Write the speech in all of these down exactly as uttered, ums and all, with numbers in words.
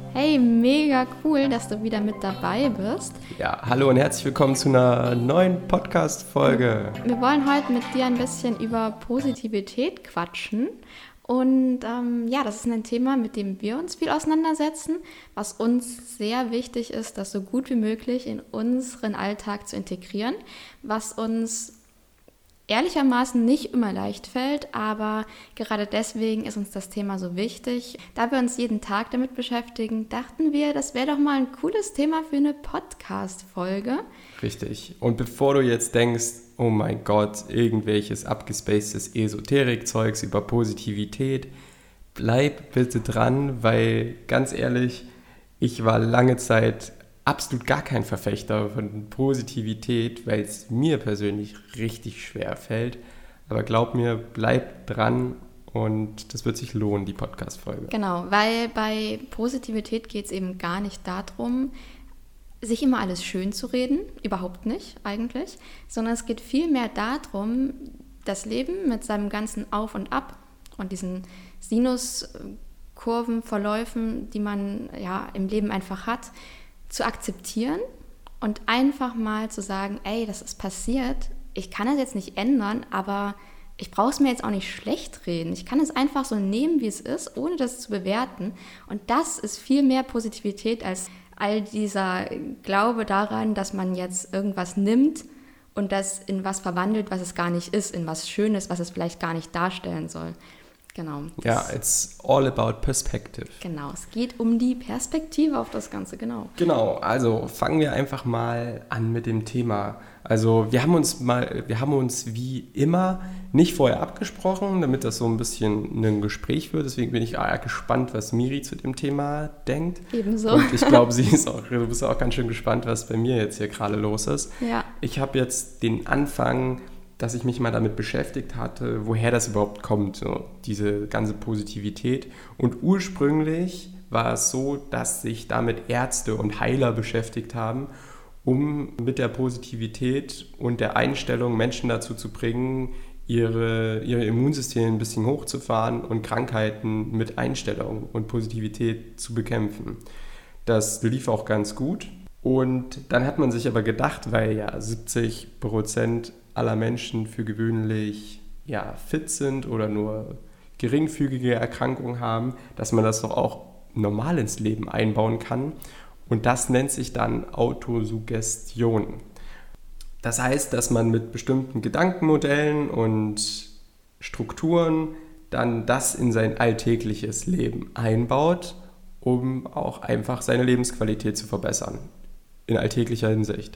Hey, mega cool, dass du wieder mit dabei bist. Ja, hallo und herzlich willkommen zu einer neuen Podcast-Folge. Wir wollen heute mit dir ein bisschen über Positivität quatschen. Und ähm, ja, das ist ein Thema, mit dem wir uns viel auseinandersetzen, was uns sehr wichtig ist, das so gut wie möglich in unseren Alltag zu integrieren, was uns ehrlichermaßen nicht immer leicht fällt, aber gerade deswegen ist uns das Thema so wichtig. Da wir uns jeden Tag damit beschäftigen, dachten wir, das wäre doch mal ein cooles Thema für eine Podcast-Folge. Richtig. Und bevor du jetzt denkst, oh mein Gott, irgendwelches abgespacedes Esoterik-Zeugs über Positivität, bleib bitte dran, weil ganz ehrlich, ich war lange Zeit absolut gar kein Verfechter von Positivität, weil es mir persönlich richtig schwer fällt. Aber glaub mir, bleib dran und das wird sich lohnen, die Podcast-Folge. Genau, weil bei Positivität geht es eben gar nicht darum, sich immer alles schön zu reden, überhaupt nicht eigentlich, sondern es geht vielmehr darum, das Leben mit seinem ganzen Auf und Ab und diesen Sinuskurven, Verläufen, die man ja im Leben einfach hat, zu akzeptieren und einfach mal zu sagen, ey, das ist passiert, ich kann das jetzt nicht ändern, aber ich brauche es mir jetzt auch nicht schlecht reden. Ich kann es einfach so nehmen, wie es ist, ohne das zu bewerten. Und das ist viel mehr Positivität als all dieser Glaube daran, dass man jetzt irgendwas nimmt und das in was verwandelt, was es gar nicht ist, in was Schönes, was es vielleicht gar nicht darstellen soll. Genau. Ja, it's all about perspective. Genau, es geht um die Perspektive auf das Ganze, genau. Genau, also fangen wir einfach mal an mit dem Thema. Also wir haben uns mal, wir haben uns wie immer nicht vorher abgesprochen, damit das so ein bisschen ein Gespräch wird. Deswegen bin ich gespannt, was Miri zu dem Thema denkt. Ebenso. Und ich glaube, sie ist auch, du bist auch ganz schön gespannt, was bei mir jetzt hier gerade los ist. Ja. Ich habe jetzt den Anfang, dass ich mich mal damit beschäftigt hatte, woher das überhaupt kommt, so diese ganze Positivität. Und ursprünglich war es so, dass sich damit Ärzte und Heiler beschäftigt haben, um mit der Positivität und der Einstellung Menschen dazu zu bringen, ihre, ihre Immunsysteme ein bisschen hochzufahren und Krankheiten mit Einstellung und Positivität zu bekämpfen. Das lief auch ganz gut. Und dann hat man sich aber gedacht, weil ja siebzig Prozent aller Menschen für gewöhnlich ja, fit sind oder nur geringfügige Erkrankungen haben, dass man das doch auch normal ins Leben einbauen kann. Und das nennt sich dann Autosuggestion. Das heißt, dass man mit bestimmten Gedankenmodellen und Strukturen dann das in sein alltägliches Leben einbaut, um auch einfach seine Lebensqualität zu verbessern, in alltäglicher Hinsicht.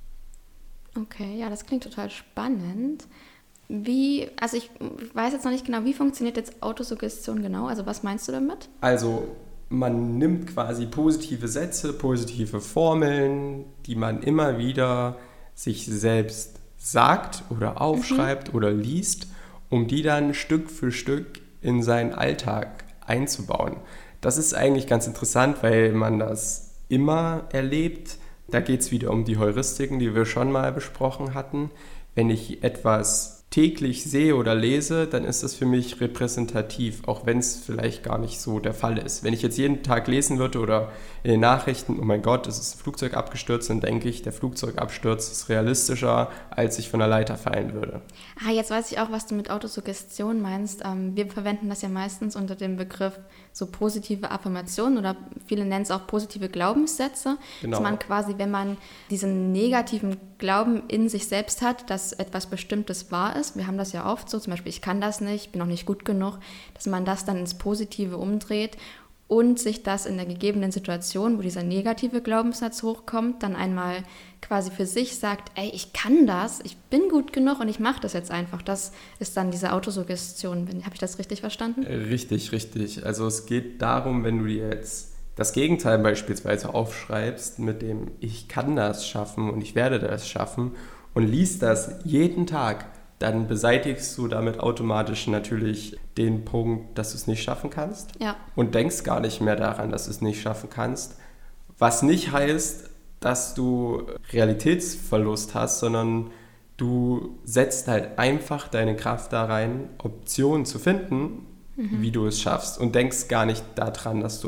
Okay, ja, das klingt total spannend. Wie, also ich weiß jetzt noch nicht genau, wie funktioniert jetzt Autosuggestion genau? Also was meinst du damit? Also man nimmt quasi positive Sätze, positive Formeln, die man immer wieder sich selbst sagt oder aufschreibt mhm. oder liest, um die dann Stück für Stück in seinen Alltag einzubauen. Das ist eigentlich ganz interessant, weil man das immer erlebt. Da geht es wieder um die Heuristiken, die wir schon mal besprochen hatten. Wenn ich etwas täglich sehe oder lese, dann ist das für mich repräsentativ, auch wenn es vielleicht gar nicht so der Fall ist. Wenn ich jetzt jeden Tag lesen würde oder in den Nachrichten, oh mein Gott, es ist ein Flugzeug abgestürzt, dann denke ich, der Flugzeugabsturz ist realistischer, als ich von der Leiter fallen würde. Ah, jetzt weiß ich auch, was du mit Autosuggestion meinst. Ähm, wir verwenden das ja meistens unter dem Begriff so positive Affirmationen oder viele nennen es auch positive Glaubenssätze. Genau. Dass man quasi, wenn man diesen negativen Glauben in sich selbst hat, dass etwas Bestimmtes wahr ist, wir haben das ja oft so, zum Beispiel ich kann das nicht, bin noch nicht gut genug, dass man das dann ins Positive umdreht und sich das in der gegebenen Situation, wo dieser negative Glaubenssatz hochkommt, dann einmal quasi für sich sagt, ey, ich kann das, ich bin gut genug und ich mache das jetzt einfach. Das ist dann diese Autosuggestion. Habe ich das richtig verstanden? Richtig, richtig. Also es geht darum, wenn du dir jetzt das Gegenteil beispielsweise aufschreibst mit dem ich kann das schaffen und ich werde das schaffen und liest das jeden Tag, dann beseitigst du damit automatisch natürlich den Punkt, dass du es nicht schaffen kannst. Ja. Und denkst gar nicht mehr daran, dass du es nicht schaffen kannst. Was nicht heißt, dass du Realitätsverlust hast, sondern du setzt halt einfach deine Kraft da rein, Optionen zu finden, mhm. wie du es schaffst und denkst gar nicht daran, dass du auch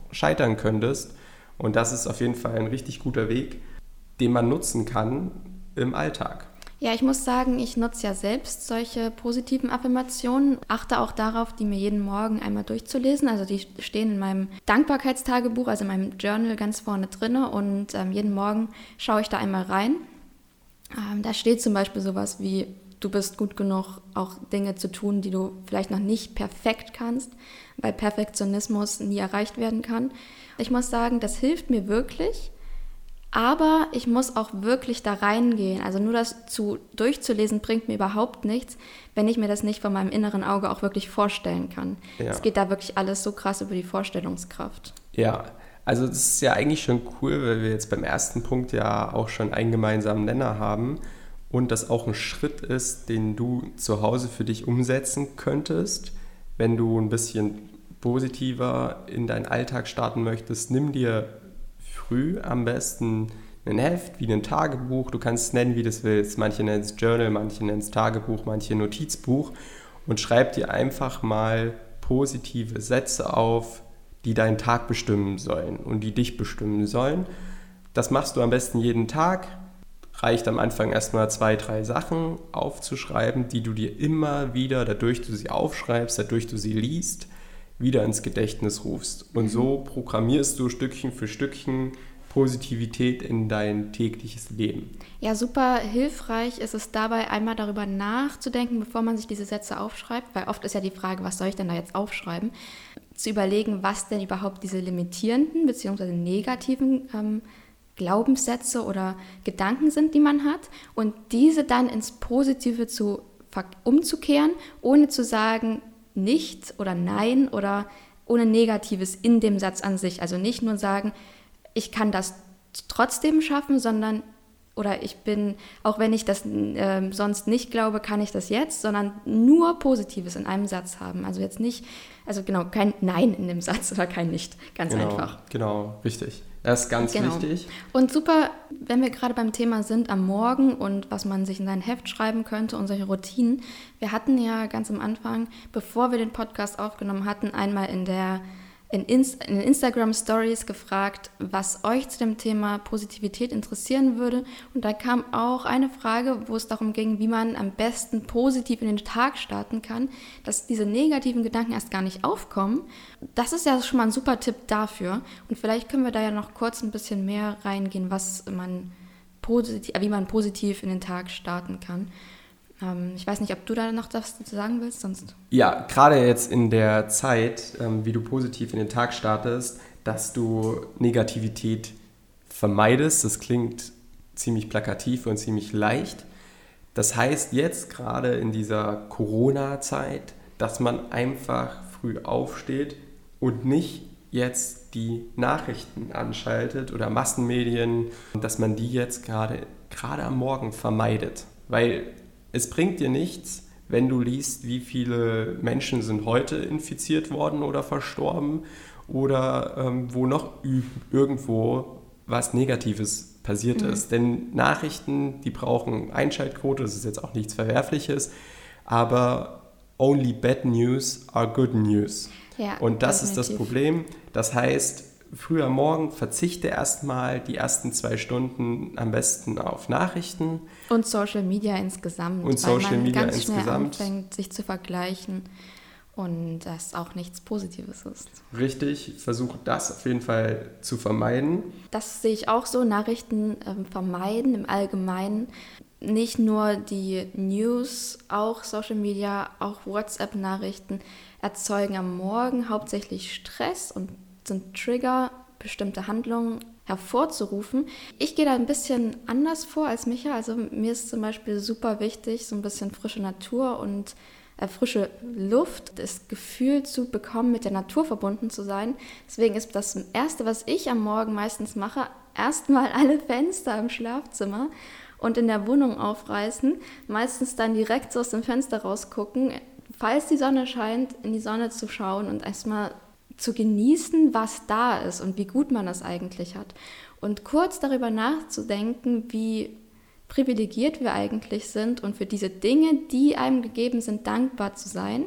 scheitern könntest. Und das ist auf jeden Fall ein richtig guter Weg, den man nutzen kann im Alltag. Ja, ich muss sagen, ich nutze ja selbst solche positiven Affirmationen, achte auch darauf, die mir jeden Morgen einmal durchzulesen. Also die stehen in meinem Dankbarkeitstagebuch, also in meinem Journal ganz vorne drin, und ähm, jeden Morgen schaue ich da einmal rein. Ähm, da steht zum Beispiel sowas wie: Du bist gut genug, auch Dinge zu tun, die du vielleicht noch nicht perfekt kannst, weil Perfektionismus nie erreicht werden kann. Ich muss sagen, das hilft mir wirklich, aber ich muss auch wirklich da reingehen. Also nur das zu, durchzulesen bringt mir überhaupt nichts, wenn ich mir das nicht von meinem inneren Auge auch wirklich vorstellen kann. Ja. Es geht da wirklich alles so krass über die Vorstellungskraft. Ja, also das ist ja eigentlich schon cool, weil wir jetzt beim ersten Punkt ja auch schon einen gemeinsamen Nenner haben. Und das auch ein Schritt ist, den du zu Hause für dich umsetzen könntest. Wenn du ein bisschen positiver in deinen Alltag starten möchtest, nimm dir früh am besten ein Heft, wie ein Tagebuch. Du kannst es nennen, wie du es willst. Manche nennen es Journal, manche nennen es Tagebuch, manche Notizbuch. Und schreib dir einfach mal positive Sätze auf, die deinen Tag bestimmen sollen und die dich bestimmen sollen. Das machst du am besten jeden Tag. Reicht am Anfang erstmal zwei, drei Sachen aufzuschreiben, die du dir immer wieder, dadurch du sie aufschreibst, dadurch du sie liest, wieder ins Gedächtnis rufst. Und so programmierst du Stückchen für Stückchen Positivität in dein tägliches Leben. Ja, super hilfreich ist es dabei, einmal darüber nachzudenken, bevor man sich diese Sätze aufschreibt, weil oft ist ja die Frage, was soll ich denn da jetzt aufschreiben? Zu überlegen, was denn überhaupt diese limitierenden bzw. negativen ähm, Glaubenssätze oder Gedanken sind, die man hat, und diese dann ins Positive zu, umzukehren, ohne zu sagen nicht oder nein oder ohne Negatives in dem Satz an sich. Also nicht nur sagen, ich kann das trotzdem schaffen, sondern oder ich bin, auch wenn ich das äh, sonst nicht glaube, kann ich das jetzt, sondern nur Positives in einem Satz haben. Also jetzt nicht, also genau, kein Nein in dem Satz oder kein Nicht, ganz genau, einfach. Genau, richtig. Das ist ganz genau. wichtig. Und super, wenn wir gerade beim Thema sind, am Morgen und was man sich in sein Heft schreiben könnte und solche Routinen. Wir hatten ja ganz am Anfang, bevor wir den Podcast aufgenommen hatten, einmal in der in, Inst- in Instagram Stories gefragt, was euch zu dem Thema Positivität interessieren würde. Und da kam auch eine Frage, wo es darum ging, wie man am besten positiv in den Tag starten kann, dass diese negativen Gedanken erst gar nicht aufkommen. Das ist ja schon mal ein super Tipp dafür. Und vielleicht können wir da ja noch kurz ein bisschen mehr reingehen, was man positiv, wie man positiv in den Tag starten kann. Ich weiß nicht, ob du da noch was dazu sagen willst, sonst... Ja, gerade jetzt in der Zeit, ähm, wie du positiv in den Tag startest, dass du Negativität vermeidest. Das klingt ziemlich plakativ und ziemlich leicht. Das heißt jetzt gerade in dieser Corona-Zeit, dass man einfach früh aufsteht und nicht jetzt die Nachrichten anschaltet oder Massenmedien, dass man die jetzt gerade, gerade am Morgen vermeidet. Weil es bringt dir nichts, wenn du liest, wie viele Menschen sind heute infiziert worden oder verstorben oder ähm, wo noch ü- irgendwo was Negatives passiert mhm. ist. Denn Nachrichten, die brauchen Einschaltquote, das ist jetzt auch nichts Verwerfliches, aber only bad news are good news. Ja, und das definitiv. ist das Problem. Das heißt, früh am Morgen verzichte erstmal die ersten zwei Stunden am besten auf Nachrichten. Und Social Media insgesamt. Und Social weil man Media ganz insgesamt. schnell anfängt, sich zu vergleichen und das auch nichts Positives ist. Richtig, versuche das auf jeden Fall zu vermeiden. Das sehe ich auch so, Nachrichten ähm, vermeiden im Allgemeinen. Nicht nur die News, auch Social Media, auch WhatsApp-Nachrichten erzeugen am Morgen hauptsächlich Stress und sind Trigger, bestimmte Handlungen hervorzurufen. Ich gehe da ein bisschen anders vor als Micha. Also mir ist zum Beispiel super wichtig, so ein bisschen frische Natur und äh, frische Luft, das Gefühl zu bekommen, mit der Natur verbunden zu sein. Deswegen ist das Erste, was ich am Morgen meistens mache, erstmal alle Fenster im Schlafzimmer und in der Wohnung aufreißen. Meistens dann direkt so aus dem Fenster rausgucken, falls die Sonne scheint, in die Sonne zu schauen und erstmal zu genießen, was da ist und wie gut man das eigentlich hat. Und kurz darüber nachzudenken, wie privilegiert wir eigentlich sind und für diese Dinge, die einem gegeben sind, dankbar zu sein,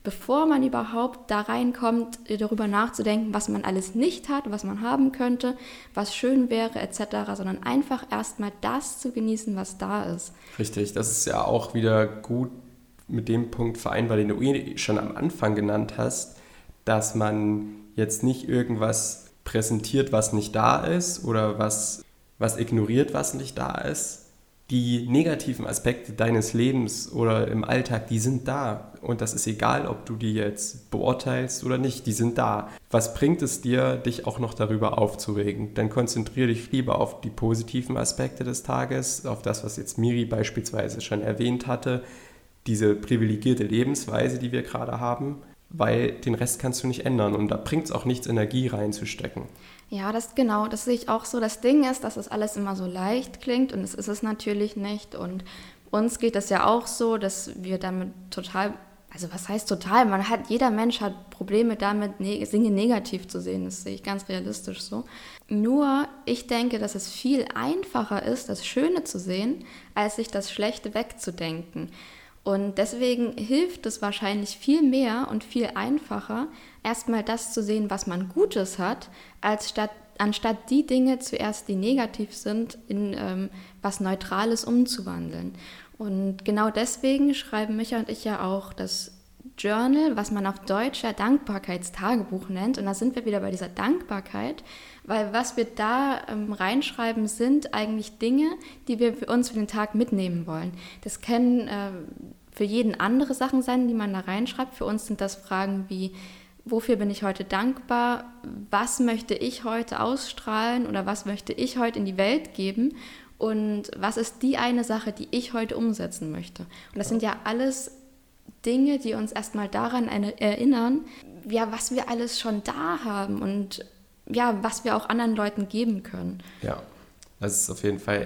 bevor man überhaupt da reinkommt, darüber nachzudenken, was man alles nicht hat, was man haben könnte, was schön wäre et cetera, sondern einfach erstmal das zu genießen, was da ist. Richtig, das ist ja auch wieder gut mit dem Punkt vereinbar, den du eh schon am Anfang genannt hast, dass man jetzt nicht irgendwas präsentiert, was nicht da ist oder was, was ignoriert, was nicht da ist. Die negativen Aspekte deines Lebens oder im Alltag, die sind da. Und das ist egal, ob du die jetzt beurteilst oder nicht, die sind da. Was bringt es dir, dich auch noch darüber aufzuregen? Dann konzentriere dich lieber auf die positiven Aspekte des Tages, auf das, was jetzt Miri beispielsweise schon erwähnt hatte, diese privilegierte Lebensweise, die wir gerade haben, weil den Rest kannst du nicht ändern und da bringt es auch nichts, Energie reinzustecken. Ja, das genau, das sehe ich auch so. Das Ding ist, dass es alles immer so leicht klingt und das ist es natürlich nicht. Und uns geht das ja auch so, dass wir damit total, also was heißt total? Man hat, jeder Mensch hat Probleme damit, ne, Dinge negativ zu sehen. Das sehe ich ganz realistisch so. Nur, ich denke, dass es viel einfacher ist, das Schöne zu sehen, als sich das Schlechte wegzudenken. Und deswegen hilft es wahrscheinlich viel mehr und viel einfacher, erstmal das zu sehen, was man Gutes hat, als statt, anstatt die Dinge zuerst, die negativ sind, in ähm, was Neutrales umzuwandeln. Und genau deswegen schreiben Micha und ich ja auch das Journal, was man auf Deutsch ja Dankbarkeitstagebuch nennt. Und da sind wir wieder bei dieser Dankbarkeit, weil was wir da ähm, reinschreiben, sind eigentlich Dinge, die wir für uns für den Tag mitnehmen wollen. Das können äh, für jeden andere Sachen sein, die man da reinschreibt. Für uns sind das Fragen wie, wofür bin ich heute dankbar? Was möchte ich heute ausstrahlen oder was möchte ich heute in die Welt geben? Und was ist die eine Sache, die ich heute umsetzen möchte? Und das sind ja alles Dinge, die uns erstmal daran erinnern, ja, was wir alles schon da haben und ja, was wir auch anderen Leuten geben können. Ja, das ist auf jeden Fall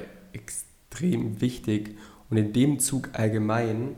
extrem wichtig. Und in dem Zug allgemein,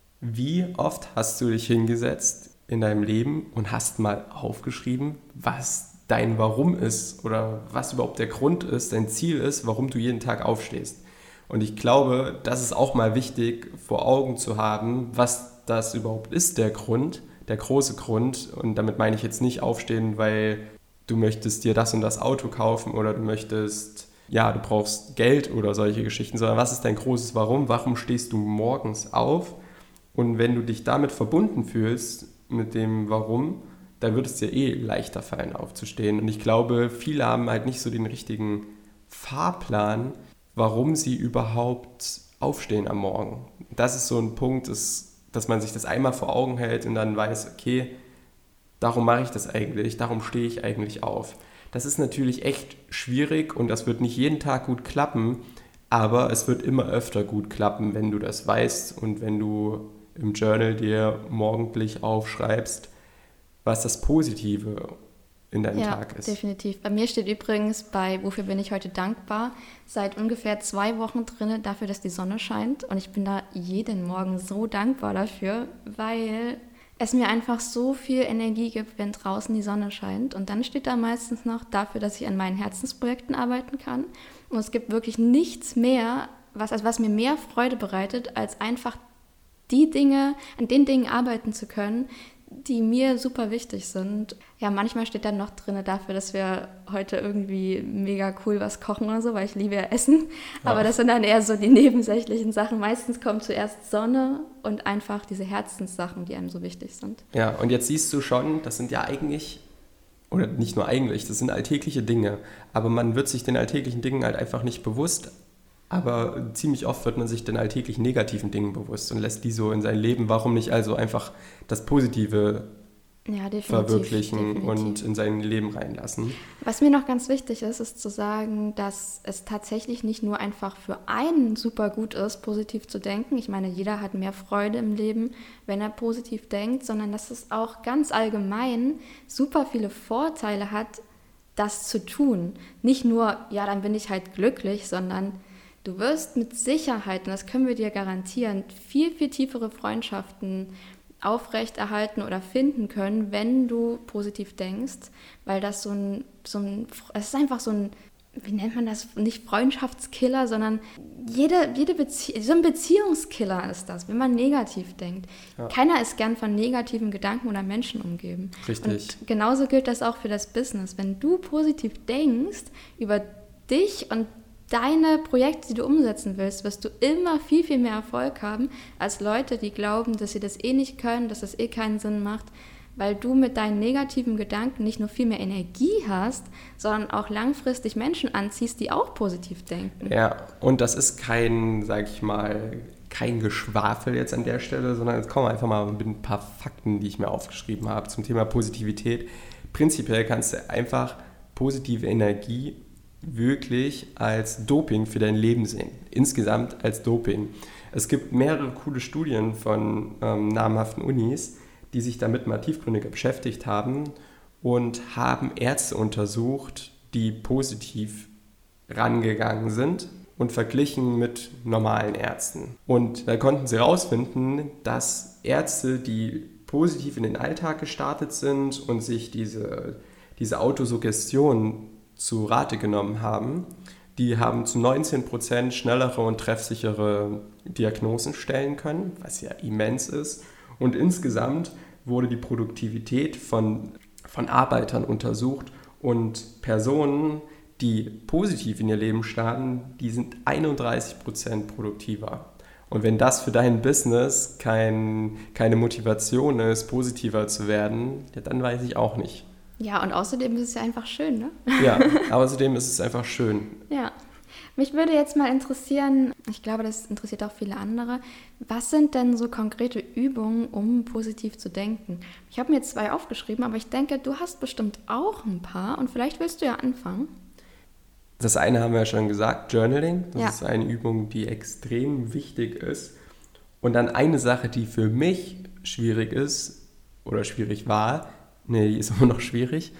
wie oft hast du dich hingesetzt in deinem Leben und hast mal aufgeschrieben, was dein Warum ist oder was überhaupt der Grund ist, dein Ziel ist, warum du jeden Tag aufstehst. Und ich glaube, das ist auch mal wichtig vor Augen zu haben, was das überhaupt ist, der Grund, der große Grund. Und damit meine ich jetzt nicht aufstehen, weil du möchtest dir das und das Auto kaufen oder du möchtest, ja, du brauchst Geld oder solche Geschichten, sondern was ist dein großes Warum? Warum stehst du morgens auf? Und wenn du dich damit verbunden fühlst, mit dem Warum, dann wird es dir eh leichter fallen, aufzustehen. Und ich glaube, viele haben halt nicht so den richtigen Fahrplan, warum sie überhaupt aufstehen am Morgen. Das ist so ein Punkt, ist, dass man sich das einmal vor Augen hält und dann weiß, okay, darum mache ich das eigentlich, darum stehe ich eigentlich auf. Das ist natürlich echt schwierig und das wird nicht jeden Tag gut klappen, aber es wird immer öfter gut klappen, wenn du das weißt und wenn du im Journal dir morgendlich aufschreibst, was das Positive in deinem ja, Tag ist. Ja, definitiv. Bei mir steht übrigens bei Wofür bin ich heute dankbar seit ungefähr zwei Wochen drin dafür, dass die Sonne scheint. Und ich bin da jeden Morgen so dankbar dafür, weil es mir einfach so viel Energie gibt, wenn draußen die Sonne scheint. Und dann steht da meistens noch dafür, dass ich an meinen Herzensprojekten arbeiten kann. Und es gibt wirklich nichts mehr, was, also was mir mehr Freude bereitet, als einfach die Dinge, an den Dingen arbeiten zu können, die mir super wichtig sind. Ja, manchmal steht dann noch drin dafür, dass wir heute irgendwie mega cool was kochen oder so, weil ich liebe ja Essen. Ja. Aber das sind dann eher so die nebensächlichen Sachen. Meistens kommt zuerst Sonne und einfach diese Herzenssachen, die einem so wichtig sind. Ja, und jetzt siehst du schon, das sind ja eigentlich, oder nicht nur eigentlich, das sind alltägliche Dinge. Aber man wird sich den alltäglichen Dingen halt einfach nicht bewusst. Aber ziemlich oft wird man sich den alltäglichen negativen Dingen bewusst und lässt die so in sein Leben, warum nicht also einfach das Positive ja, definitiv, verwirklichen definitiv. Und in sein Leben reinlassen. Was mir noch ganz wichtig ist, ist zu sagen, dass es tatsächlich nicht nur einfach für einen super gut ist, positiv zu denken. Ich meine, jeder hat mehr Freude im Leben, wenn er positiv denkt, sondern dass es auch ganz allgemein super viele Vorteile hat, das zu tun. Nicht nur, ja, dann bin ich halt glücklich, sondern du wirst mit Sicherheit, und das können wir dir garantieren, viel, viel tiefere Freundschaften aufrechterhalten oder finden können, wenn du positiv denkst, weil das so ein, so ein, es ist einfach so ein wie nennt man das, nicht Freundschaftskiller, sondern jede, jede Bezie- so ein Beziehungskiller ist das, wenn man negativ denkt. Ja. Keiner ist gern von negativen Gedanken oder Menschen umgeben. Richtig. Und genauso gilt das auch für das Business. Wenn du positiv denkst über dich und deine Projekte, die du umsetzen willst, wirst du immer viel, viel mehr Erfolg haben, als Leute, die glauben, dass sie das eh nicht können, dass das eh keinen Sinn macht, weil du mit deinen negativen Gedanken nicht nur viel mehr Energie hast, sondern auch langfristig Menschen anziehst, die auch positiv denken. Ja, und das ist kein, sag ich mal, kein Geschwafel jetzt an der Stelle, sondern jetzt kommen wir einfach mal mit ein paar Fakten, die ich mir aufgeschrieben habe zum Thema Positivität. Prinzipiell kannst du einfach positive Energie wirklich als Doping für dein Leben sehen. Insgesamt als Doping. Es gibt mehrere coole Studien von ähm, namhaften Unis, die sich damit mal tiefgründiger beschäftigt haben und haben Ärzte untersucht, die positiv rangegangen sind und verglichen mit normalen Ärzten. Und da konnten sie herausfinden, dass Ärzte, die positiv in den Alltag gestartet sind und sich diese, diese Autosuggestion zu Rate genommen haben, die haben zu neunzehn Prozent schnellere und treffsichere Diagnosen stellen können, was ja immens ist. Und insgesamt wurde die Produktivität von, von Arbeitern untersucht und Personen, die positiv in ihr Leben starten, die sind einunddreißig Prozent produktiver. Und wenn das für dein Business kein, keine Motivation ist, positiver zu werden, ja, dann weiß ich auch nicht. Ja, und außerdem ist es ja einfach schön, ne? Ja, außerdem ist es einfach schön. Ja. Mich würde jetzt mal interessieren, ich glaube, das interessiert auch viele andere, was sind denn so konkrete Übungen, um positiv zu denken? Ich habe mir jetzt zwei aufgeschrieben, aber ich denke, du hast bestimmt auch ein paar und vielleicht willst du ja anfangen. Das eine haben wir ja schon gesagt, Journaling. Das ja. ist eine Übung, die extrem wichtig ist. Und dann eine Sache, die für mich schwierig ist oder schwierig war, nee, die ist immer noch schwierig,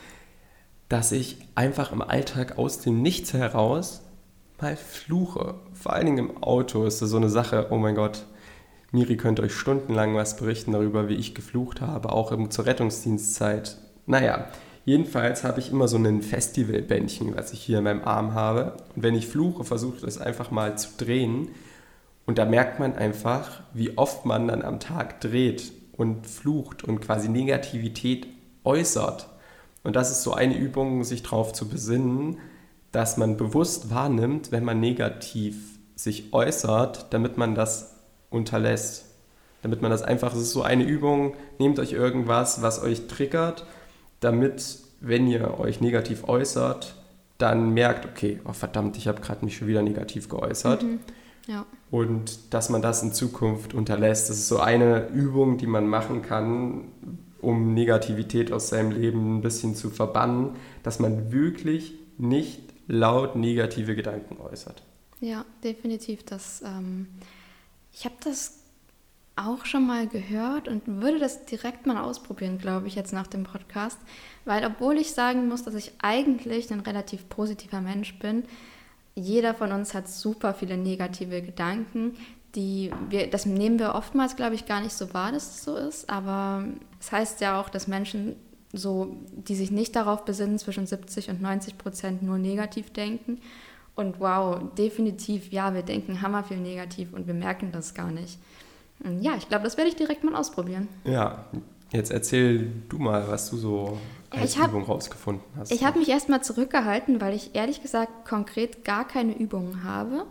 dass ich einfach im Alltag aus dem Nichts heraus mal fluche. Vor allen Dingen im Auto ist das so eine Sache, oh mein Gott, Miri könnte euch stundenlang was berichten darüber, wie ich geflucht habe, auch im, zur Rettungsdienstzeit. Naja, jedenfalls habe ich immer so ein Festivalbändchen, was ich hier in meinem Arm habe. Und wenn ich fluche, versuche ich das einfach mal zu drehen. Und da merkt man einfach, wie oft man dann am Tag dreht und flucht und quasi Negativität äußert. Und das ist so eine Übung, sich darauf zu besinnen, dass man bewusst wahrnimmt, wenn man negativ sich äußert, damit man das unterlässt. Damit man das einfach, es ist so eine Übung, nehmt euch irgendwas, was euch triggert, damit, wenn ihr euch negativ äußert, dann merkt, okay, oh verdammt, ich habe gerade mich schon wieder negativ geäußert. Mhm. Ja. Und dass man das in Zukunft unterlässt. Das ist so eine Übung, die man machen kann, um Negativität aus seinem Leben ein bisschen zu verbannen, dass man wirklich nicht laut negative Gedanken äußert. Ja, definitiv. Das, ähm, ich habe das auch schon mal gehört und würde das direkt mal ausprobieren, glaube ich, jetzt nach dem Podcast. Weil obwohl ich sagen muss, dass ich eigentlich ein relativ positiver Mensch bin, jeder von uns hat super viele negative Gedanken, die wir, das nehmen wir oftmals, glaube ich, gar nicht so wahr, dass es so ist. Aber es heißt ja auch, dass Menschen so, die sich nicht darauf besinnen, zwischen siebzig und neunzig Prozent nur negativ denken. Und wow, definitiv, ja, wir denken hammer viel negativ und wir merken das gar nicht. Und ja, ich glaube, das werde ich direkt mal ausprobieren. Ja, jetzt erzähl du mal, was du so als ja, hab, Übung rausgefunden hast. Ich habe mich erstmal zurückgehalten, weil ich ehrlich gesagt konkret gar keine Übungen habe,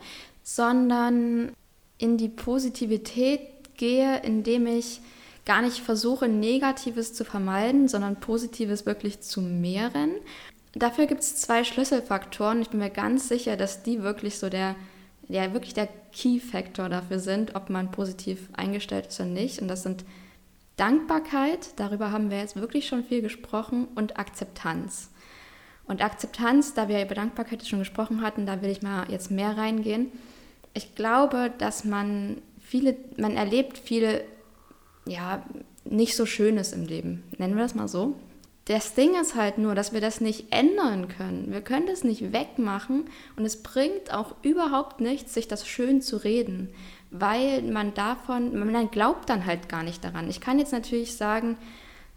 sondern in die Positivität gehe, indem ich gar nicht versuche, Negatives zu vermeiden, sondern Positives wirklich zu mehren. Dafür gibt es zwei Schlüsselfaktoren. Ich bin mir ganz sicher, dass die wirklich so der, der, wirklich der Key-Faktor dafür sind, ob man positiv eingestellt ist oder nicht. Und das sind Dankbarkeit, darüber haben wir jetzt wirklich schon viel gesprochen, und Akzeptanz. Und Akzeptanz, da wir über Dankbarkeit schon gesprochen hatten, da will ich mal jetzt mehr reingehen. Ich glaube, dass man viele, man erlebt viele, ja, nicht so Schönes im Leben. Nennen wir das mal so. Das Ding ist halt nur, dass wir das nicht ändern können. Wir können das nicht wegmachen und es bringt auch überhaupt nichts, sich das schön zu reden, weil man davon, man glaubt dann halt gar nicht daran. Ich kann jetzt natürlich sagen,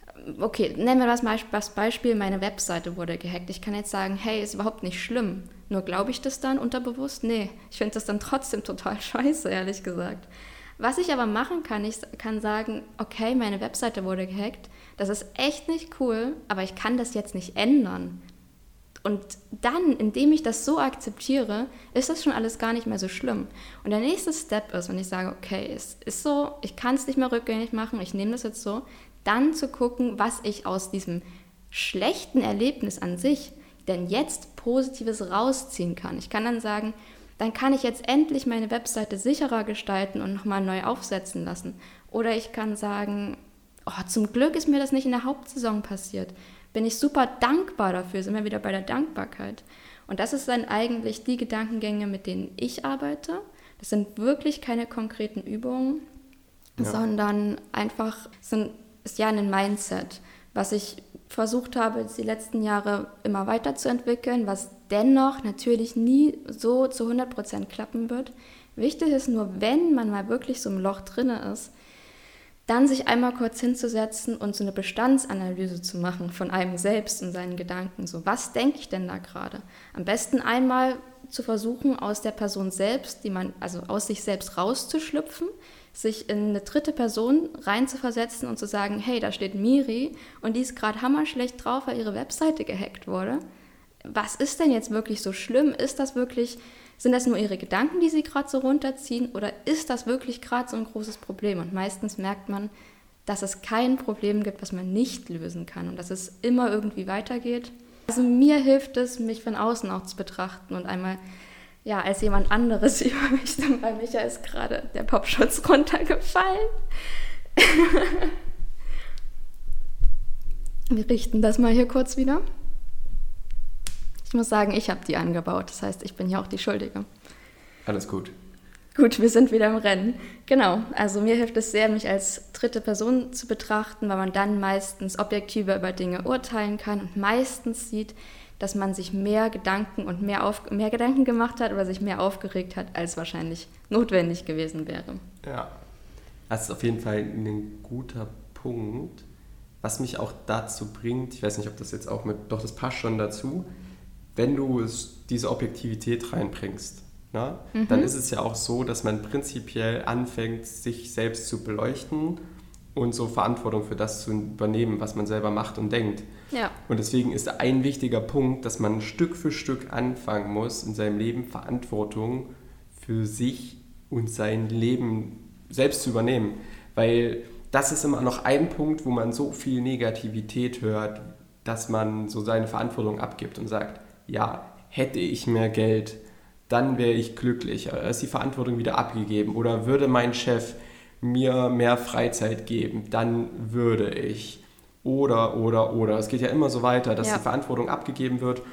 okay, nennen wir das Beispiel, meine Webseite wurde gehackt. Ich kann jetzt sagen, hey, ist überhaupt nicht schlimm, Nur glaube ich das dann unterbewusst? Nee, ich finde das dann trotzdem total scheiße, ehrlich gesagt. Was ich aber machen kann, ich kann sagen, okay, meine Webseite wurde gehackt, das ist echt nicht cool, aber ich kann das jetzt nicht ändern. Und dann, indem ich das so akzeptiere, ist das schon alles gar nicht mehr so schlimm. Und der nächste Step ist, wenn ich sage, okay, es ist so, ich kann es nicht mehr rückgängig machen, ich nehme das jetzt so, dann zu gucken, was ich aus diesem schlechten Erlebnis an sich denn jetzt Positives rausziehen kann. Ich kann dann sagen, dann kann ich jetzt endlich meine Webseite sicherer gestalten und nochmal neu aufsetzen lassen. Oder ich kann sagen, oh, zum Glück ist mir das nicht in der Hauptsaison passiert. Bin ich super dankbar dafür, sind wir wieder bei der Dankbarkeit. Und das ist dann eigentlich die Gedankengänge, mit denen ich arbeite. Das sind wirklich keine konkreten Übungen, ja. sondern einfach sind, ist ja ein Mindset, was ich versucht habe, die letzten Jahre immer weiterzuentwickeln, was dennoch natürlich nie so zu hundert Prozent klappen wird. Wichtig ist nur, wenn man mal wirklich so im Loch drin ist, dann sich einmal kurz hinzusetzen und so eine Bestandsanalyse zu machen von einem selbst und seinen Gedanken. So, was denke ich denn da gerade? Am besten einmal zu versuchen, aus der Person selbst, die man, also aus sich selbst rauszuschlüpfen, sich in eine dritte Person reinzuversetzen und zu sagen, hey, da steht Miri und die ist gerade hammerschlecht drauf, weil ihre Webseite gehackt wurde. Was ist denn jetzt wirklich so schlimm? Ist das wirklich, sind das nur ihre Gedanken, die sie gerade so runterziehen oder ist das wirklich gerade so ein großes Problem? Und meistens merkt man, dass es kein Problem gibt, was man nicht lösen kann und dass es immer irgendwie weitergeht. Also mir hilft es, mich von außen auch zu betrachten und einmal ja, als jemand anderes über mich, denn bei Micha ist gerade der Popschutz runtergefallen. Wir richten das mal hier kurz wieder. Ich muss sagen, ich habe die angebaut, das heißt, ich bin ja auch die Schuldige. Alles gut. Gut, wir sind wieder im Rennen. Genau, also mir hilft es sehr, mich als dritte Person zu betrachten, weil man dann meistens objektiver über Dinge urteilen kann und meistens sieht, dass man sich mehr Gedanken und mehr, auf, mehr Gedanken gemacht hat oder sich mehr aufgeregt hat, als wahrscheinlich notwendig gewesen wäre. Ja, das ist auf jeden Fall ein guter Punkt, was mich auch dazu bringt, ich weiß nicht, ob das jetzt auch mit, doch das passt schon dazu, wenn du diese Objektivität reinbringst, na, mhm. dann ist es ja auch so, dass man prinzipiell anfängt, sich selbst zu beleuchten und so Verantwortung für das zu übernehmen, was man selber macht und denkt. Ja. Und deswegen ist ein wichtiger Punkt, dass man Stück für Stück anfangen muss, in seinem Leben Verantwortung für sich und sein Leben selbst zu übernehmen. Weil das ist immer noch ein Punkt, wo man so viel Negativität hört, dass man so seine Verantwortung abgibt und sagt, ja, hätte ich mehr Geld, dann wäre ich glücklich. Da ist die Verantwortung wieder abgegeben. Oder würde mein Chef mir mehr Freizeit geben, dann würde ich. Oder, oder, oder. Es geht ja immer so weiter, dass ja. die Verantwortung abgegeben wird.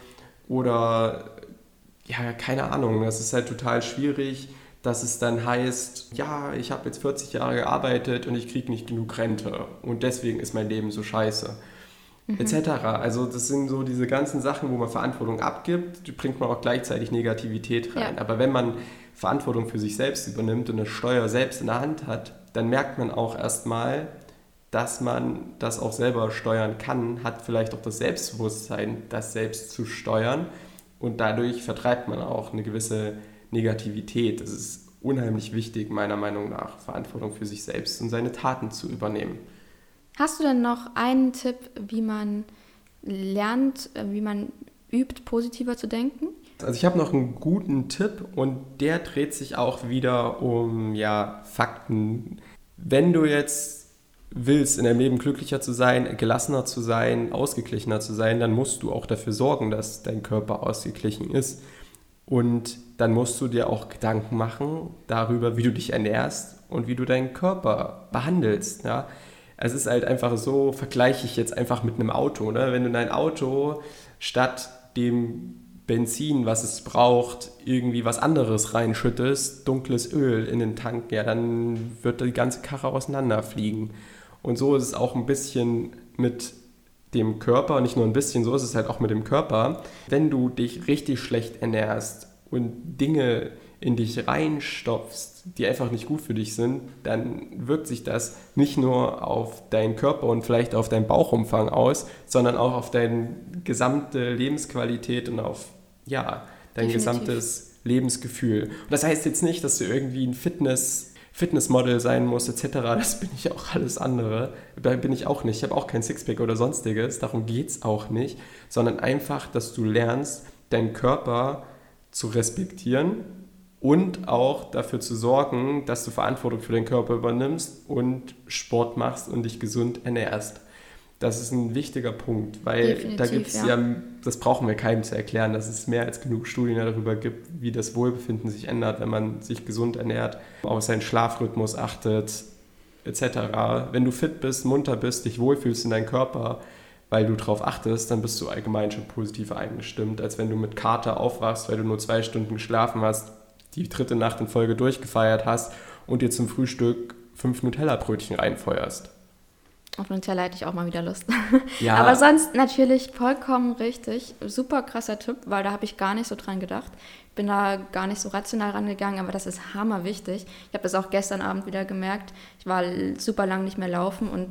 Oder, ja, keine Ahnung, das ist halt total schwierig, dass es dann heißt, ja, ich habe jetzt vierzig Jahre gearbeitet und ich kriege nicht genug Rente. Und deswegen ist mein Leben so scheiße. Mhm. Etc. Also das sind so diese ganzen Sachen, wo man Verantwortung abgibt, bringt man auch gleichzeitig Negativität rein. Ja. Aber wenn man Verantwortung für sich selbst übernimmt und eine Steuer selbst in der Hand hat, dann merkt man auch erstmal, dass man das auch selber steuern kann, hat vielleicht auch das Selbstbewusstsein, das selbst zu steuern und dadurch vertreibt man auch eine gewisse Negativität. Das ist unheimlich wichtig, meiner Meinung nach, Verantwortung für sich selbst und seine Taten zu übernehmen. Hast du denn noch einen Tipp, wie man lernt, wie man übt, positiver zu denken? Also ich habe noch einen guten Tipp und der dreht sich auch wieder um ja, Fakten. Wenn du jetzt willst, in deinem Leben glücklicher zu sein, gelassener zu sein, ausgeglichener zu sein, dann musst du auch dafür sorgen, dass dein Körper ausgeglichen ist. Und dann musst du dir auch Gedanken machen darüber, wie du dich ernährst und wie du deinen Körper behandelst. Ja? Es ist halt einfach so, vergleiche ich jetzt einfach mit einem Auto. Ne? Wenn du in dein Auto statt dem Benzin, was es braucht, irgendwie was anderes reinschüttest, dunkles Öl in den Tank, ja, dann wird die ganze Karre auseinanderfliegen. Und so ist es auch ein bisschen mit dem Körper, nicht nur ein bisschen, so ist es halt auch mit dem Körper. Wenn du dich richtig schlecht ernährst und Dinge in dich reinstopfst, die einfach nicht gut für dich sind, dann wirkt sich das nicht nur auf deinen Körper und vielleicht auf deinen Bauchumfang aus, sondern auch auf deine gesamte Lebensqualität und auf ja, dein Definitiv. gesamtes Lebensgefühl. Und das heißt jetzt nicht, dass du irgendwie ein Fitness, Fitnessmodel sein musst et cetera. Das bin ich auch alles andere. Da bin ich auch nicht. Ich habe auch kein Sixpack oder sonstiges. Darum geht es auch nicht. Sondern einfach, dass du lernst, deinen Körper zu respektieren und auch dafür zu sorgen, dass du Verantwortung für deinen Körper übernimmst und Sport machst und dich gesund ernährst. Das ist ein wichtiger Punkt, weil Definitiv, da gibt es ja. ja, das brauchen wir keinem zu erklären, dass es mehr als genug Studien darüber gibt, wie das Wohlbefinden sich ändert, wenn man sich gesund ernährt, auf seinen Schlafrhythmus achtet, et cetera. Wenn du fit bist, munter bist, dich wohlfühlst in deinem Körper, weil du darauf achtest, dann bist du allgemein schon positiver eingestimmt, als wenn du mit Kater aufwachst, weil du nur zwei Stunden geschlafen hast, die dritte Nacht in Folge durchgefeiert hast und dir zum Frühstück fünf Nutella-Brötchen reinfeuerst. Auf Nutella hätte ich auch mal wieder Lust. Ja. Aber sonst natürlich vollkommen richtig. Super krasser Tipp, weil da habe ich gar nicht so dran gedacht. Bin da gar nicht so rational rangegangen, aber das ist hammerwichtig. Ich habe das auch gestern Abend wieder gemerkt. Ich war super lang nicht mehr laufen und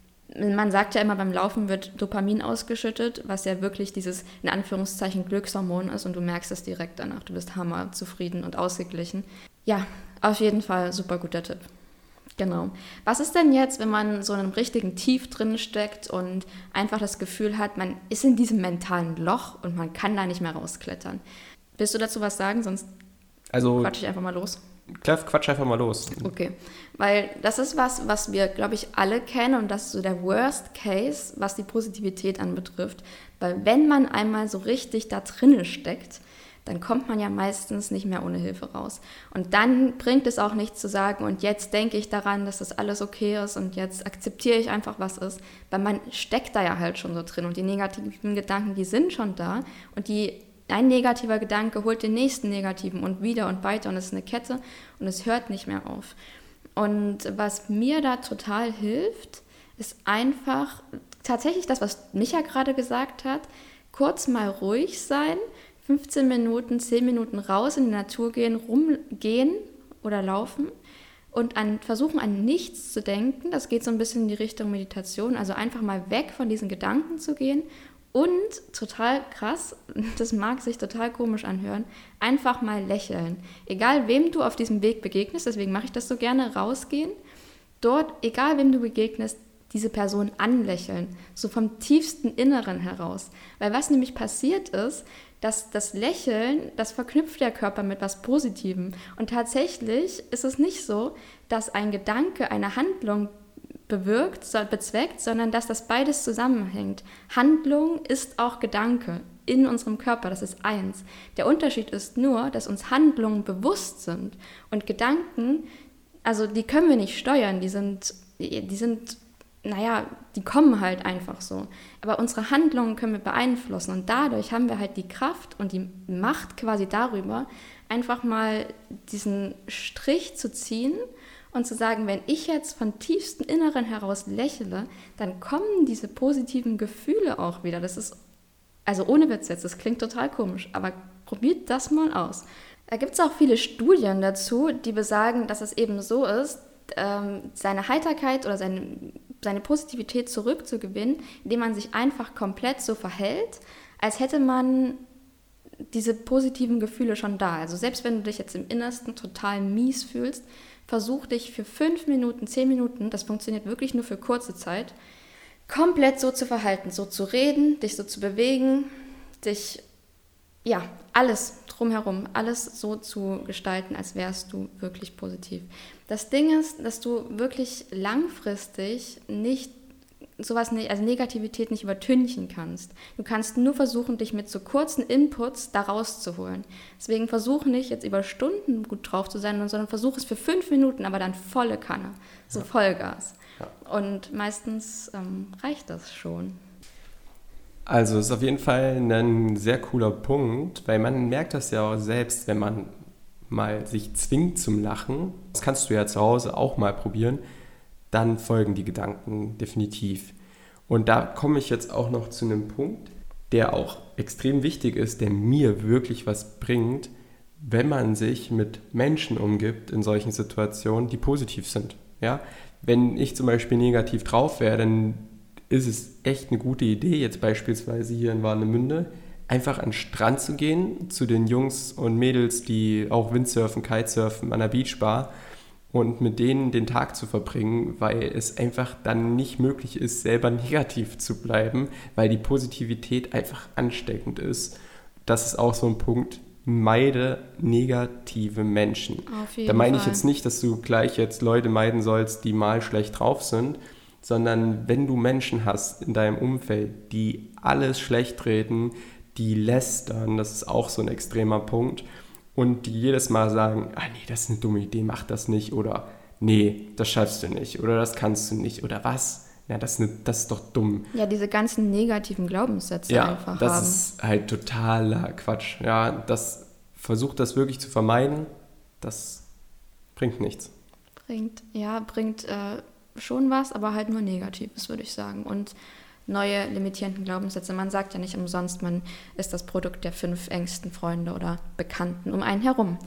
man sagt ja immer, beim Laufen wird Dopamin ausgeschüttet, was ja wirklich dieses, in Anführungszeichen, Glückshormon ist und du merkst es direkt danach. Du bist hammer zufrieden und ausgeglichen. Ja, auf jeden Fall super guter Tipp. Genau. Was ist denn jetzt, wenn man so in einem richtigen Tief drin steckt und einfach das Gefühl hat, man ist in diesem mentalen Loch und man kann da nicht mehr rausklettern? Willst du dazu was sagen? Sonst also, quatsch ich einfach mal los. Klar, quatsch einfach mal los. Okay, weil das ist was, was wir, glaube ich, alle kennen und das ist so der Worst Case, was die Positivität anbetrifft. Weil wenn man einmal so richtig da drinne steckt, dann kommt man ja meistens nicht mehr ohne Hilfe raus. Und dann bringt es auch nichts zu sagen, und jetzt denke ich daran, dass das alles okay ist und jetzt akzeptiere ich einfach, was ist, weil man steckt da ja halt schon so drin und die negativen Gedanken, die sind schon da und die, ein negativer Gedanke holt den nächsten negativen und wieder und weiter und es ist eine Kette und es hört nicht mehr auf. Und was mir da total hilft, ist einfach tatsächlich das, was Micha gerade gesagt hat, kurz mal ruhig sein, fünfzehn Minuten, zehn Minuten raus in die Natur gehen, rumgehen oder laufen und an, versuchen an nichts zu denken. Das geht so ein bisschen in die Richtung Meditation, also einfach mal weg von diesen Gedanken zu gehen und, total krass, das mag sich total komisch anhören, einfach mal lächeln. Egal wem du auf diesem Weg begegnest, deswegen mache ich das so gerne, rausgehen, dort, egal wem du begegnest, diese Person anlächeln, so vom tiefsten Inneren heraus. Weil was nämlich passiert ist, dass das Lächeln, das verknüpft der Körper mit was Positivem. Und tatsächlich ist es nicht so, dass ein Gedanke eine Handlung bewirkt, bezweckt, sondern dass das beides zusammenhängt. Handlung ist auch Gedanke in unserem Körper, das ist eins. Der Unterschied ist nur, dass uns Handlungen bewusst sind und Gedanken, also die können wir nicht steuern, die sind, die sind naja, die kommen halt einfach so. Aber unsere Handlungen können wir beeinflussen und dadurch haben wir halt die Kraft und die Macht quasi darüber, einfach mal diesen Strich zu ziehen und zu sagen, wenn ich jetzt von tiefstem Inneren heraus lächle, dann kommen diese positiven Gefühle auch wieder. Das ist, also ohne Witz jetzt, das klingt total komisch, aber probiert das mal aus. Da gibt es auch viele Studien dazu, die besagen, dass es eben so ist, ähm, seine Heiterkeit oder seine seine Positivität zurückzugewinnen, indem man sich einfach komplett so verhält, als hätte man diese positiven Gefühle schon da. Also selbst wenn du dich jetzt im Innersten total mies fühlst, versuch dich für fünf Minuten, zehn Minuten, das funktioniert wirklich nur für kurze Zeit, komplett so zu verhalten, so zu reden, dich so zu bewegen, dich, ja, alles drumherum, alles so zu gestalten, als wärst du wirklich positiv. Das Ding ist, dass du wirklich langfristig nicht sowas, also Negativität nicht übertünchen kannst. Du kannst nur versuchen, dich mit so kurzen Inputs da rauszuholen. Deswegen versuch nicht, jetzt über Stunden gut drauf zu sein, sondern versuch es für fünf Minuten, aber dann volle Kanne, so ja. Vollgas. Ja. Und meistens ähm, reicht das schon. Also es ist auf jeden Fall ein sehr cooler Punkt, weil man merkt das ja auch selbst, wenn man mal sich zwingt zum Lachen. Das kannst du ja zu Hause auch mal probieren. Dann folgen die Gedanken definitiv. Und da komme ich jetzt auch noch zu einem Punkt, der auch extrem wichtig ist, der mir wirklich was bringt, wenn man sich mit Menschen umgibt in solchen Situationen, die positiv sind. Ja? Wenn ich zum Beispiel negativ drauf wäre, dann ist es echt eine gute Idee, jetzt beispielsweise hier in Warnemünde, einfach an den Strand zu gehen, zu den Jungs und Mädels, die auch Windsurfen, Kitesurfen an der Beachbar und mit denen den Tag zu verbringen, weil es einfach dann nicht möglich ist, selber negativ zu bleiben, weil die Positivität einfach ansteckend ist. Das ist auch so ein Punkt, meide negative Menschen. Auf jeden Da meine ich Fall. jetzt nicht, dass du gleich jetzt Leute meiden sollst, die mal schlecht drauf sind, sondern wenn du Menschen hast in deinem Umfeld, die alles schlecht reden, die lästern, das ist auch so ein extremer Punkt, und die jedes Mal sagen, ah nee, das ist eine dumme Idee, mach das nicht, oder nee, das schaffst du nicht, oder das kannst du nicht, oder was? Ja, das ist, eine, das ist doch dumm. Ja, diese ganzen negativen Glaubenssätze Ja, einfach das haben. ist halt totaler Quatsch. Ja, das versucht das wirklich zu vermeiden, das bringt nichts. Bringt, ja, bringt äh, schon was, aber halt nur Negatives, würde ich sagen. Und neue limitierenden Glaubenssätze. Man sagt ja nicht umsonst, man ist das Produkt der fünf engsten Freunde oder Bekannten um einen herum.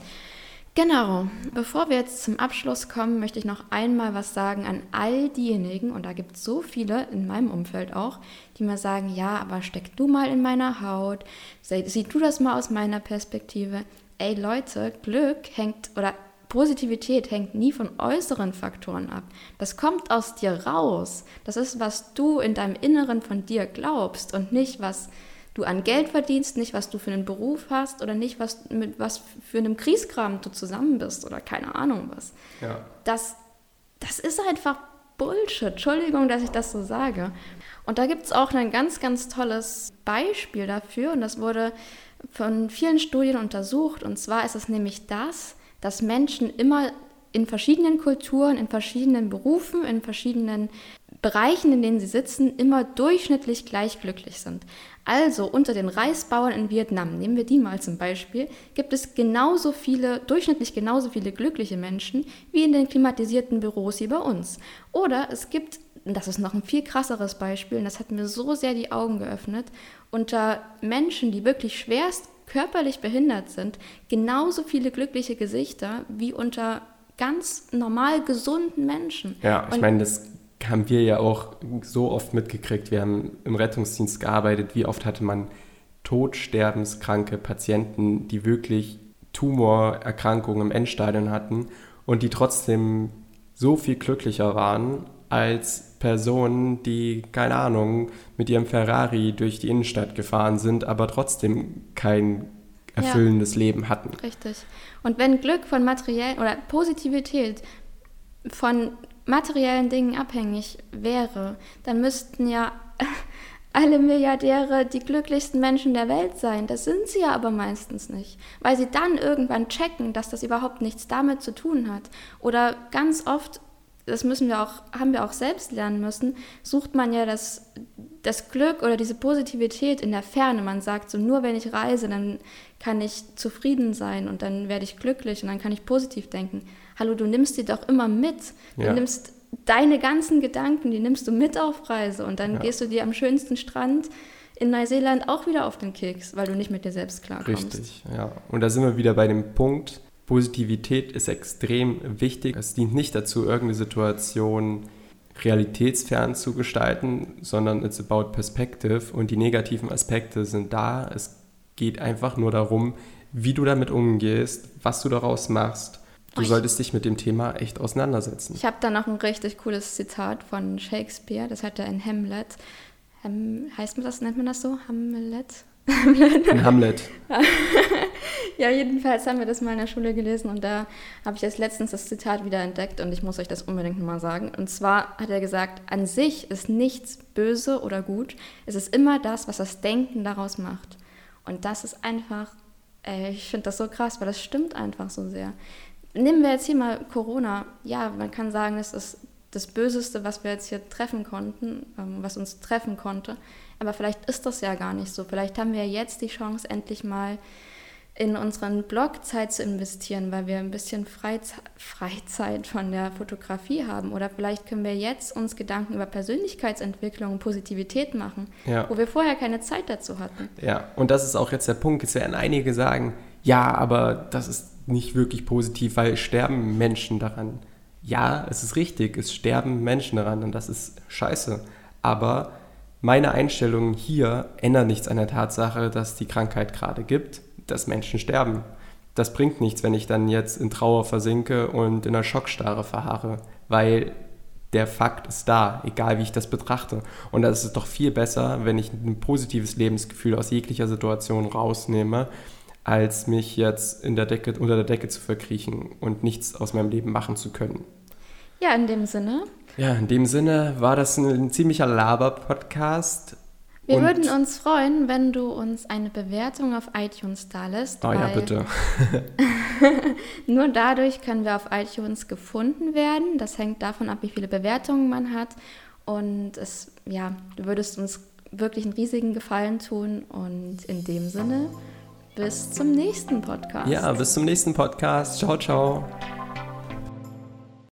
Genau, bevor wir jetzt zum Abschluss kommen, möchte ich noch einmal was sagen an all diejenigen, und da gibt es so viele in meinem Umfeld auch, die mir sagen, ja, aber steck du mal in meiner Haut, sieh du das mal aus meiner Perspektive. Ey Leute, Glück hängt, oder Positivität hängt nie von äußeren Faktoren ab. Das kommt aus dir raus. Das ist, was du in deinem Inneren von dir glaubst und nicht, was du an Geld verdienst, nicht, was du für einen Beruf hast oder nicht, was mit was für einem Kriegskram du zusammen bist oder keine Ahnung was. Ja. Das, das ist einfach Bullshit. Entschuldigung, dass ich das so sage. Und da gibt es auch ein ganz, ganz tolles Beispiel dafür, und das wurde von vielen Studien untersucht. Und zwar ist es nämlich das, dass Menschen immer in verschiedenen Kulturen, in verschiedenen Berufen, in verschiedenen Bereichen, in denen sie sitzen, immer durchschnittlich gleich glücklich sind. Also unter den Reisbauern in Vietnam, nehmen wir die mal zum Beispiel, gibt es genauso viele, durchschnittlich genauso viele glückliche Menschen wie in den klimatisierten Büros hier bei uns. Oder es gibt, das ist noch ein viel krasseres Beispiel, und das hat mir so sehr die Augen geöffnet, unter Menschen, die wirklich schwerst körperlich behindert sind, genauso viele glückliche Gesichter wie unter ganz normal gesunden Menschen. Ja, ich Und meine, das haben wir ja auch so oft mitgekriegt. Wir haben im Rettungsdienst gearbeitet. Wie oft hatte man todsterbenskranke Patienten, die wirklich Tumorerkrankungen im Endstadium hatten und die trotzdem so viel glücklicher waren als Personen, die, keine Ahnung, mit ihrem Ferrari durch die Innenstadt gefahren sind, aber trotzdem kein erfüllendes ja. Leben hatten. Richtig. Und wenn Glück von materiellen oder Positivität von materiellen Dingen abhängig wäre, dann müssten ja alle Milliardäre die glücklichsten Menschen der Welt sein. Das sind sie ja aber meistens nicht, weil sie dann irgendwann checken, dass das überhaupt nichts damit zu tun hat. Oder ganz oft, das müssen wir auch, haben wir auch selbst lernen müssen, sucht man ja das, das Glück oder diese Positivität in der Ferne. Man sagt so, nur wenn ich reise, dann kann ich zufrieden sein und dann werde ich glücklich und dann kann ich positiv denken. Hallo, du nimmst die doch immer mit. Du ja. nimmst deine ganzen Gedanken, die nimmst du mit auf Reise und dann ja. gehst du dir am schönsten Strand in Neuseeland auch wieder auf den Keks, weil du nicht mit dir selbst klarkommst. Richtig, ja. Und da sind wir wieder bei dem Punkt, Positivität ist extrem wichtig. Es dient nicht dazu, irgendeine Situation realitätsfern zu gestalten, sondern it's about perspective und die negativen Aspekte sind da. Es geht einfach nur darum, wie du damit umgehst, was du daraus machst. Du solltest dich mit dem Thema echt auseinandersetzen. Ich habe da noch ein richtig cooles Zitat von Shakespeare, das hat er in Hamlet. Ham, heißt man das, nennt man das so? Hamlet? In Hamlet. Ja, jedenfalls haben wir das mal in der Schule gelesen und da habe ich jetzt letztens das Zitat wieder entdeckt und ich muss euch das unbedingt mal sagen. Und zwar hat er gesagt, an sich ist nichts böse oder gut, es ist immer das, was das Denken daraus macht. Und das ist einfach, ey, ich finde das so krass, weil das stimmt einfach so sehr. Nehmen wir jetzt hier mal Corona. Ja, man kann sagen, es ist das Böseste, was wir jetzt hier treffen konnten, ähm, was uns treffen konnte. Aber vielleicht ist das ja gar nicht so. Vielleicht haben wir jetzt die Chance, endlich mal in unseren Blog Zeit zu investieren, weil wir ein bisschen Freize- Freizeit von der Fotografie haben. Oder vielleicht können wir jetzt uns Gedanken über Persönlichkeitsentwicklung und Positivität machen, ja. wo wir vorher keine Zeit dazu hatten. Ja, und das ist auch jetzt der Punkt. Jetzt werden einige sagen, ja, aber das ist nicht wirklich positiv, weil sterben Menschen daran. Ja, es ist richtig, es sterben Menschen daran und das ist scheiße. Aber meine Einstellungen hier ändern nichts an der Tatsache, dass die Krankheit gerade gibt, dass Menschen sterben. Das bringt nichts, wenn ich dann jetzt in Trauer versinke und in einer Schockstarre verharre, weil der Fakt ist da, egal wie ich das betrachte. Und das ist doch viel besser, wenn ich ein positives Lebensgefühl aus jeglicher Situation rausnehme, als mich jetzt in der Decke, unter der Decke zu verkriechen und nichts aus meinem Leben machen zu können. Ja, in dem Sinne. Ja, in dem Sinne war das ein, ein ziemlicher Laber-Podcast. Wir und würden uns freuen, wenn du uns eine Bewertung auf iTunes da lässt. Oh ja, bitte. Nur dadurch können wir auf iTunes gefunden werden. Das hängt davon ab, wie viele Bewertungen man hat. Und es, ja, du würdest uns wirklich einen riesigen Gefallen tun. Und in dem Sinne, bis zum nächsten Podcast. Ja, bis zum nächsten Podcast. Ciao, ciao.